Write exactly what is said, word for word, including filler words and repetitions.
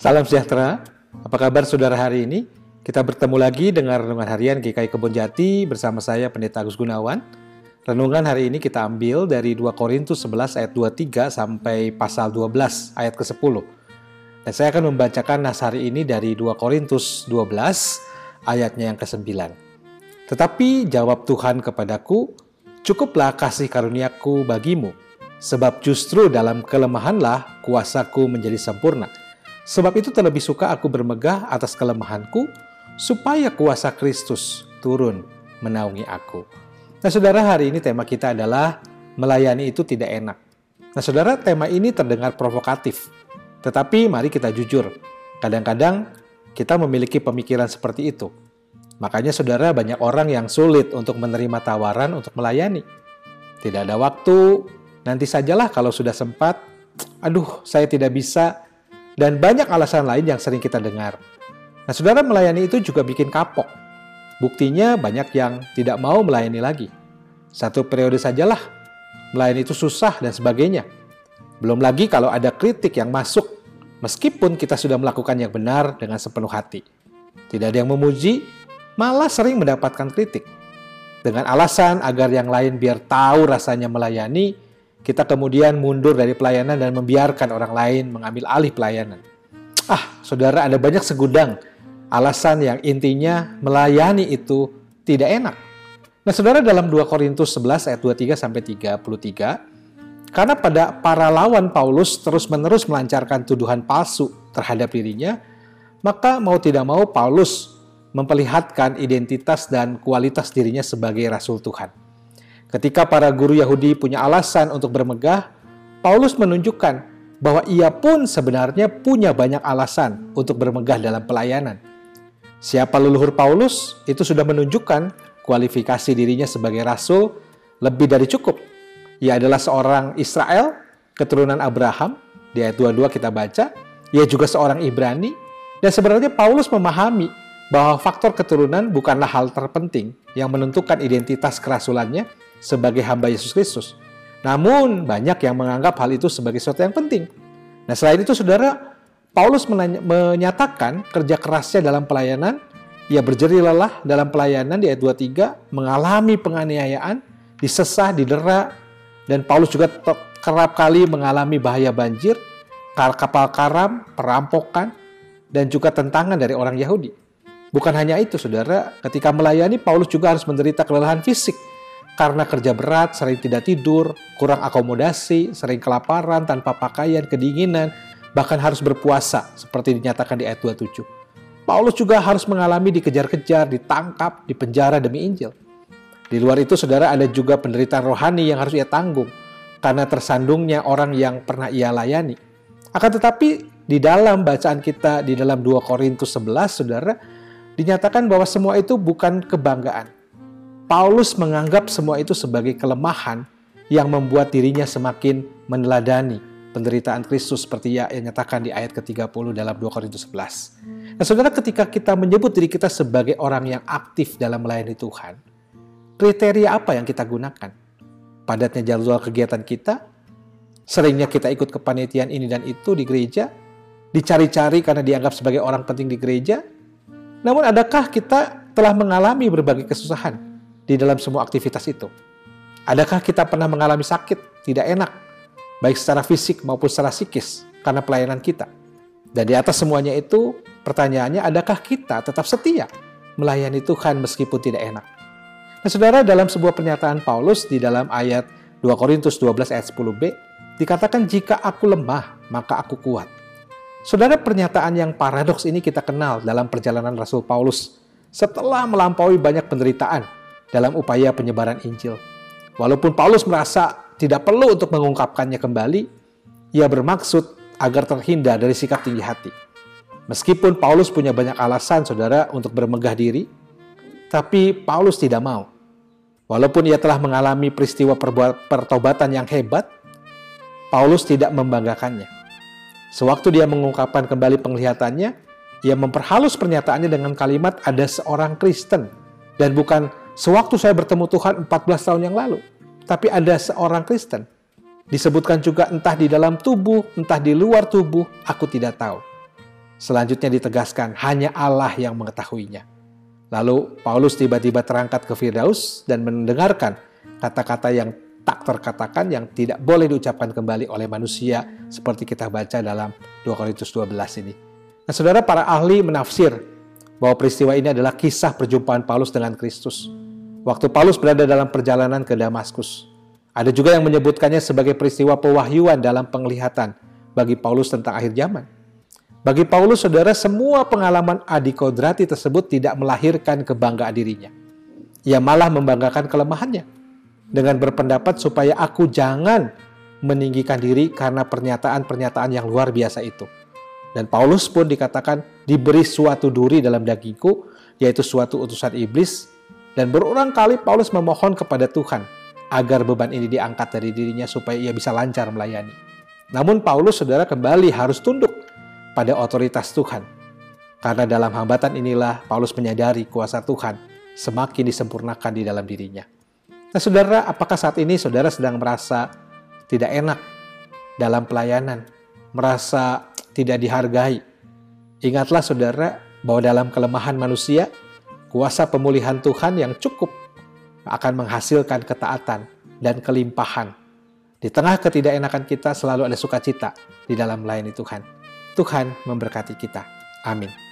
Salam sejahtera, apa kabar saudara hari ini? Kita bertemu lagi dengan Renungan Harian G K I Kebonjati bersama saya Pendeta Agus Gunawan. Renungan hari ini kita ambil dari dua Korintus sebelas ayat dua puluh tiga sampai pasal dua belas ayat ke sepuluh. Dan saya akan membacakan nas hari ini dari dua Korintus dua belas ayatnya yang ke sembilan. Tetapi jawab Tuhan kepadaku, cukuplah kasih karuniaku bagimu, sebab justru dalam kelemahanlah kuasaku menjadi sempurna. Sebab itu terlebih suka aku bermegah atas kelemahanku, supaya kuasa Kristus turun menaungi aku. Nah saudara, hari ini tema kita adalah melayani itu tidak enak. Nah saudara, tema ini terdengar provokatif. Tetapi mari kita jujur, kadang-kadang kita memiliki pemikiran seperti itu. Makanya saudara, banyak orang yang sulit untuk menerima tawaran untuk melayani. Tidak ada waktu, nanti sajalah kalau sudah sempat, aduh saya tidak bisa, dan banyak alasan lain yang sering kita dengar. Nah saudara, melayani itu juga bikin kapok. Buktinya banyak yang tidak mau melayani lagi. Satu periode sajalah, melayani itu susah dan sebagainya. Belum lagi kalau ada kritik yang masuk, meskipun kita sudah melakukan yang benar dengan sepenuh hati. Tidak ada yang memuji, malah sering mendapatkan kritik. Dengan alasan agar yang lain biar tahu rasanya melayani, kita kemudian mundur dari pelayanan dan membiarkan orang lain mengambil alih pelayanan. Ah, saudara, ada banyak segudang alasan yang intinya melayani itu tidak enak. Nah, saudara, dalam dua Korintus sebelas ayat dua puluh tiga sampai tiga puluh tiga, karena pada para lawan Paulus terus-menerus melancarkan tuduhan palsu terhadap dirinya, maka mau tidak mau Paulus memperlihatkan identitas dan kualitas dirinya sebagai rasul Tuhan. Ketika para guru Yahudi punya alasan untuk bermegah, Paulus menunjukkan bahwa ia pun sebenarnya punya banyak alasan untuk bermegah dalam pelayanan. Siapa leluhur Paulus itu sudah menunjukkan kualifikasi dirinya sebagai rasul lebih dari cukup. Ia adalah seorang Israel, keturunan Abraham, di ayat dua puluh dua kita baca. Ia juga seorang Ibrani, dan sebenarnya Paulus memahami bahwa faktor keturunan bukanlah hal terpenting yang menentukan identitas kerasulannya sebagai hamba Yesus Kristus. Namun banyak yang menganggap hal itu sebagai sesuatu yang penting. Nah selain itu saudara, Paulus menanya, menyatakan kerja kerasnya dalam pelayanan. Ia berjerih lelah dalam pelayanan di ayat dua puluh tiga, mengalami penganiayaan, disesah, didera, dan Paulus juga kerap kali mengalami bahaya banjir, kapal karam, perampokan, dan juga tentangan dari orang Yahudi. Bukan hanya itu saudara, ketika melayani Paulus juga harus menderita kelelahan fisik karena kerja berat, sering tidak tidur, kurang akomodasi, sering kelaparan, tanpa pakaian, kedinginan, bahkan harus berpuasa seperti dinyatakan di ayat dua puluh tujuh. Paulus juga harus mengalami dikejar-kejar, ditangkap, dipenjara demi Injil. Di luar itu saudara, ada juga penderitaan rohani yang harus ia tanggung karena tersandungnya orang yang pernah ia layani. Akan tetapi di dalam bacaan kita di dalam dua Korintus sebelas saudara, dinyatakan bahwa semua itu bukan kebanggaan. Paulus menganggap semua itu sebagai kelemahan yang membuat dirinya semakin meneladani penderitaan Kristus seperti yang nyatakan di ayat ke tiga puluh dalam dua Korintus sebelas. Nah saudara, ketika kita menyebut diri kita sebagai orang yang aktif dalam melayani Tuhan, kriteria apa yang kita gunakan? Padatnya jadwal kegiatan kita? Seringnya kita ikut kepanitiaan ini dan itu di gereja? Dicari-cari karena dianggap sebagai orang penting di gereja? Namun adakah kita telah mengalami berbagai kesusahan di dalam semua aktivitas itu? Adakah kita pernah mengalami sakit, tidak enak, baik secara fisik maupun secara psikis karena pelayanan kita? Dan di atas semuanya itu, pertanyaannya, adakah kita tetap setia melayani Tuhan meskipun tidak enak? Nah saudara, dalam sebuah pernyataan Paulus di dalam ayat dua Korintus dua belas ayat sepuluh b, dikatakan jika aku lemah, maka aku kuat. Saudara, pernyataan yang paradoks ini kita kenal dalam perjalanan Rasul Paulus setelah melampaui banyak penderitaan dalam upaya penyebaran Injil. Walaupun Paulus merasa tidak perlu untuk mengungkapkannya kembali, ia bermaksud agar terhindar dari sikap tinggi hati. Meskipun Paulus punya banyak alasan, saudara, untuk bermegah diri, tapi Paulus tidak mau. Walaupun ia telah mengalami peristiwa pertobatan yang hebat, Paulus tidak membanggakannya. Sewaktu dia mengungkapkan kembali penglihatannya, ia memperhalus pernyataannya dengan kalimat ada seorang Kristen. Dan bukan sewaktu saya bertemu Tuhan empat belas tahun yang lalu, tapi ada seorang Kristen. Disebutkan juga entah di dalam tubuh, entah di luar tubuh, aku tidak tahu. Selanjutnya ditegaskan, hanya Allah yang mengetahuinya. Lalu Paulus tiba-tiba terangkat ke Firdaus dan mendengarkan kata-kata yang tak terkatakan, yang tidak boleh diucapkan kembali oleh manusia, seperti kita baca dalam dua Korintus dua belas ini. Nah, saudara, para ahli menafsir bahwa peristiwa ini adalah kisah perjumpaan Paulus dengan Kristus waktu Paulus berada dalam perjalanan ke Damaskus. Ada juga yang menyebutkannya sebagai peristiwa pewahyuan dalam penglihatan bagi Paulus tentang akhir zaman. Bagi Paulus, saudara, semua pengalaman adikodrati tersebut tidak melahirkan kebanggaan dirinya. Ia malah membanggakan kelemahannya dengan berpendapat supaya aku jangan meninggikan diri karena pernyataan-pernyataan yang luar biasa itu. Dan Paulus pun dikatakan diberi suatu duri dalam dagingku, yaitu suatu utusan iblis. Dan berulang kali Paulus memohon kepada Tuhan agar beban ini diangkat dari dirinya supaya ia bisa lancar melayani. Namun Paulus, saudara, kembali harus tunduk pada otoritas Tuhan. Karena dalam hambatan inilah Paulus menyadari kuasa Tuhan semakin disempurnakan di dalam dirinya. Nah, saudara, apakah saat ini saudara sedang merasa tidak enak dalam pelayanan, merasa tidak dihargai? Ingatlah, saudara, bahwa dalam kelemahan manusia, kuasa pemulihan Tuhan yang cukup akan menghasilkan ketaatan dan kelimpahan. Di tengah ketidakenakan kita selalu ada sukacita di dalam melayani Tuhan. Tuhan memberkati kita. Amin.